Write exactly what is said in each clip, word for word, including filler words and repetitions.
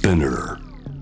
Spinner。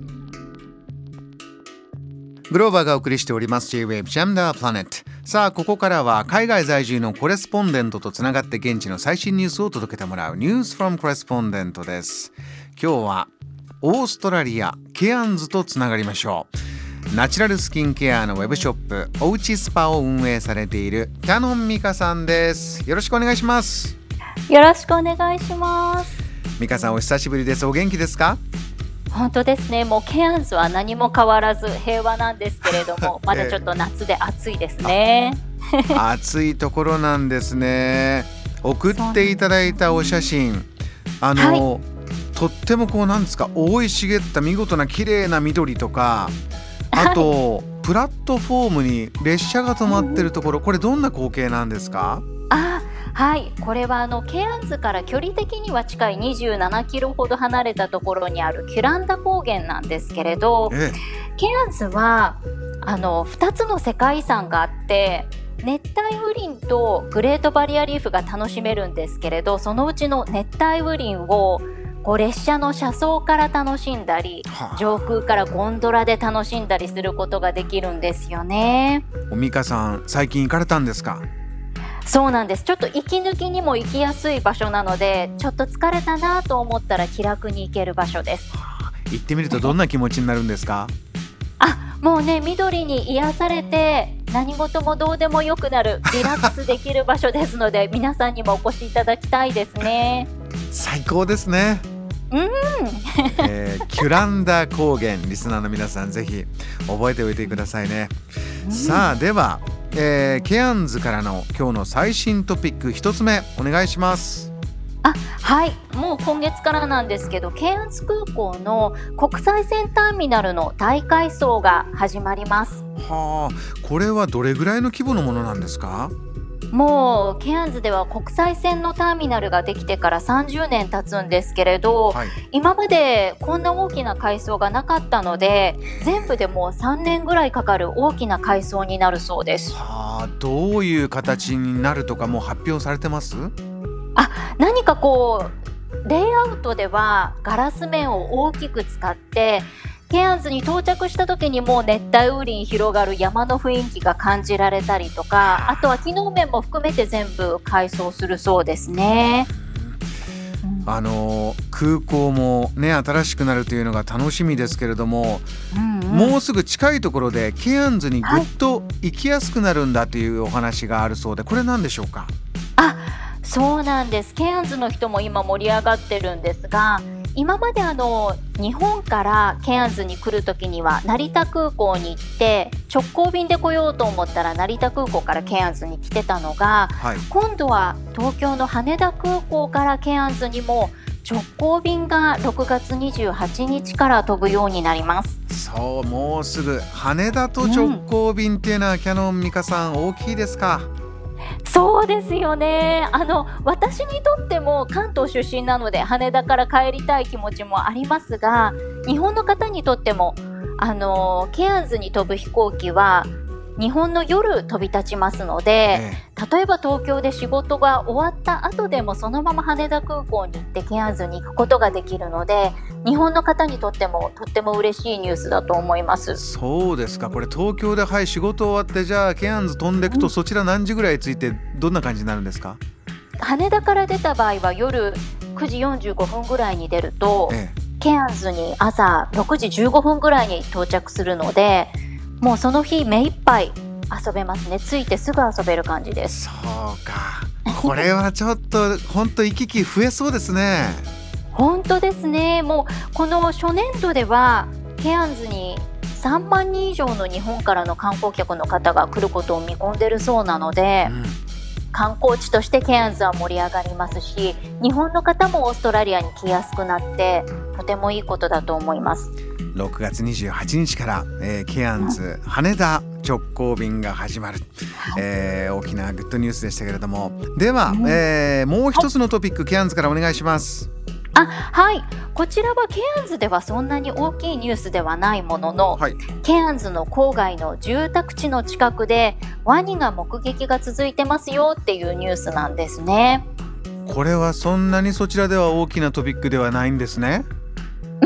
グローバーがお送りしております J-Wave Jam the Planet。 さあここからは海外在住のコレスポンデントとつながって現地の最新ニュースを届けてもらう News from Correspondent です。今日はオーストラリアケアンズとつながりましょう。ナチュラルスキンケアのウェブショップおうちスパを運営されているキャノンミカさんです。よろしくお願いします。 よろしくお願いします。 ミカさんお久しぶりです。お元気ですか？ 本当ですね。もうケアンズは何も変わらず平和なんですけれどもまだちょっと夏で暑いですね。 暑いところなんですね。送っていただいたお写真あの、はい、とってもこうなんですか覆い茂った見事な綺麗な緑とかあと、はい、プラットフォームに列車が止まってるところ、これどんな光景なんですか？ あはい、これはあのケアンズから距離的には近いにじゅうななキロほど離れたところにあるキュランダ高原なんですけれど、ええ、ケアンズはあのふたつの世界遺産があって熱帯雨林とグレートバリアリーフが楽しめるんですけれど、そのうちの熱帯雨林をこう列車の車窓から楽しんだり、はあ、上空からゴンドラで楽しんだりすることができるんですよね。 おミカさん最近行かれたんですか？ そうなんです。ちょっと息抜きにも行きやすい場所なのでちょっと疲れたなと思ったら気楽に行ける場所です。 はあ、行ってみるとどんな気持ちになるんですか？ あ、もうね緑に癒されて何事もどうでもよくなるリラックスできる場所ですので皆さんにもお越しいただきたいですね。 最高ですね。 うんえー、キュランダ高原リスナーの皆さんぜひ覚えておいてくださいね。うん、さあでは、えー、ケアンズからの今日の最新トピック一つ目お願いします。 あはい、もう今月からなんですけどケアンズ空港の国際線ターミナルの大改装が始まります。 はあ、これはどれぐらいの規模のものなんですか？ もうケアンズでは国際線のターミナルができてからさんじゅうねん経つんですけれど、はい、今までこんな大きな改装がなかったので全部でもうさんねんぐらいかかる大きな改装になるそうです。 はあ、どういう形になるとかもう発表されてます？ あ、何かこうレイアウトではガラス面を大きく使ってケアンズに到着した時にもう熱帯雨林広がる山の雰囲気が感じられたりとか、あとは機能面も含めて全部改装するそうですね。 うん、あの空港もね新しくなるというのが楽しみですけれども、うんうん、もうすぐ近いところでケアンズにぐっと行きやすくなるんだというお話があるそうで、これ何でしょうか？ あ、そうなんです。ケアンズの人も今盛り上がってるんですが、今まであの日本からケアンズに来るときには成田空港に行って直行便で来ようと思ったら成田空港からケアンズに来てたのが、はい、今度は東京の羽田空港からケアンズにも直行便がろくがつにじゅうはちにちから飛ぶようになります。 そう、もうすぐ羽田と直行便っていうのは、うん、キャノンミカさん大きいですか？ そうですよね。あの私にとっても関東出身なので羽田から帰りたい気持ちもありますが、日本の方にとってもあのケアンズに飛ぶ飛行機は日本の夜飛び立ちますので、ええ、例えば東京で仕事が終わった後でもそのまま羽田空港に行ってケアンズに行くことができるので、日本の方にとってもとっても嬉しいニュースだと思います。 そうですか。これ東京で、はい、仕事終わってじゃあケアンズ飛んでいくと、うん、そちら何時ぐらい着いてどんな感じになるんですか？ 羽田から出た場合は夜くじよんじゅうごふんぐらいに出ると、ええ、ケアンズに朝ろくじじゅうごふんぐらいに到着するので、もうその日目いっぱい遊べますね。着いてすぐ遊べる感じです。 そうか、これはちょっと本当行き来増えそうですね。 本当ですね。もうこの初年度ではケアンズにさんまんにん以上の日本からの観光客の方が来ることを見込んでるそうなので、うん、観光地としてケアンズは盛り上がりますし、日本の方もオーストラリアに来やすくなってとてもいいことだと思います。 ろくがつにじゅうはちにちから、えー、ケアンズ羽田直行便が始まる、はい、えー、大きなグッドニュースでしたけれども、では、うん、えー、もう一つのトピック、ケアンズからお願いします。 あ、はい、こちらはケアンズではそんなに大きいニュースではないものの、はい、ケアンズの郊外の住宅地の近くでワニが目撃が続いてますよっていうニュースなんですね。 これはそんなにそちらでは大きなトピックではないんですね。 うん、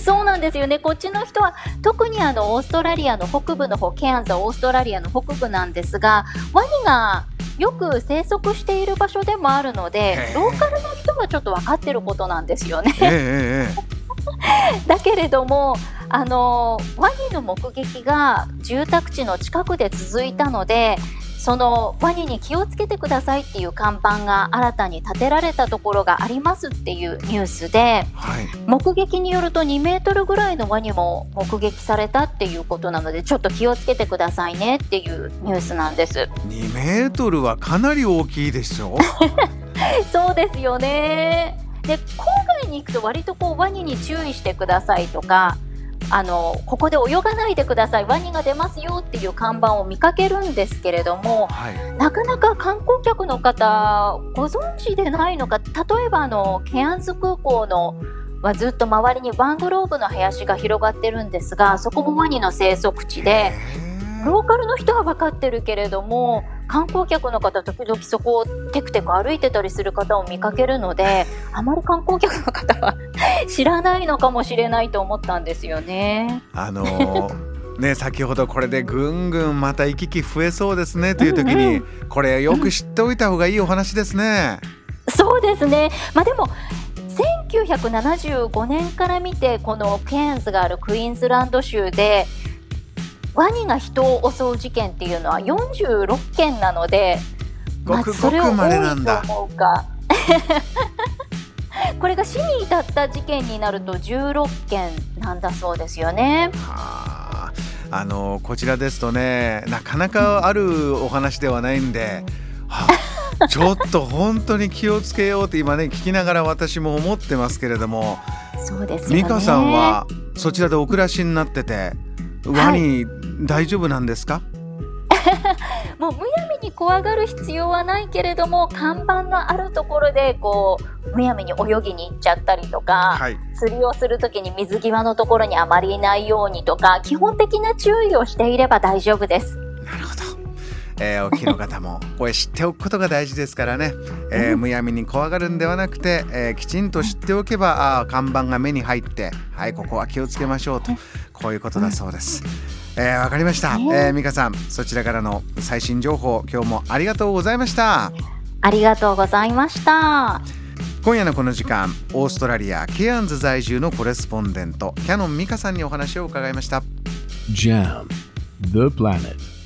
そうなんですよね。こっちの人は特にあのオーストラリアの北部の方、ケアンズはオーストラリアの北部なんですが、ワニがよく生息している場所でもあるので、ローカルの人はちょっと分かってることなんですよね。だけれどもあのワニの目撃が住宅地の近くで続いたので、そのワニに気をつけてくださいっていう看板が新たに立てられたところがありますっていうニュースで、はい、目撃によるとにメートルぐらいのワニも目撃されたっていうことなので、ちょっと気をつけてくださいねっていうニュースなんです。 にメートルはかなり大きいでしょそうですよね。で、郊外に行くと割とこうワニに注意してくださいとか、あのここで泳がないでください、ワニが出ますよっていう看板を見かけるんですけれども、はい、なかなか観光客の方ご存知でないのか。例えばあのケアンズ空港のはずっと周りにバングローブの林が広がってるんですが、そこもワニの生息地で、ローカルの人は分かってるけれども観光客の方時々そこをテクテク歩いてたりする方を見かけるので、あまり観光客の方は知らないのかもしれないと思ったんですよね。あのーね、先ほどこれでぐんぐんまた行き来増えそうですねという時に、うんうん、これよく知っておいた方がいいお話ですね、 うん、そうですね。まあ、でもせんきゅうひゃくななじゅうごねんから見てこのケアンズがあるクイーンズランド州でワニが人を襲う事件っていうのはよんじゅうろっけんなので、 ごくごくまれなんだ。 まあ、それを多いと思うかこれが死に至った事件になるとじゅうろっけんなんだそうですよね。 はあ、あのこちらですとね、なかなかあるお話ではないんで、はあ、ちょっと本当に気をつけようって今ね聞きながら私も思ってますけれども。 そうですよね。 美香さんはそちらでお暮らしになっててワニ、はい、大丈夫なんですか？ もうむやみに怖がる必要はないけれども、看板のあるところでこうむやみに泳ぎに行っちゃったりとか、はい、釣りをするときに水際のところにあまりいないようにとか、基本的な注意をしていれば大丈夫です。 なるほど、えー、お聞きの方もこれ知っておくことが大事ですからね、えー、むやみに怖がるんではなくて、えー、きちんと知っておけばあ看板が目に入って、はい、ここは気をつけましょうと、こういうことだそうです。えー、わかりました、えー、美香さん、そちらからの最新情報今日もありがとうございました。 ありがとうございました。 今夜のこの時間、オーストラリアケアンズ在住のコレスポンデントキャノン美香さんにお話を伺いました。 ジャム The Planet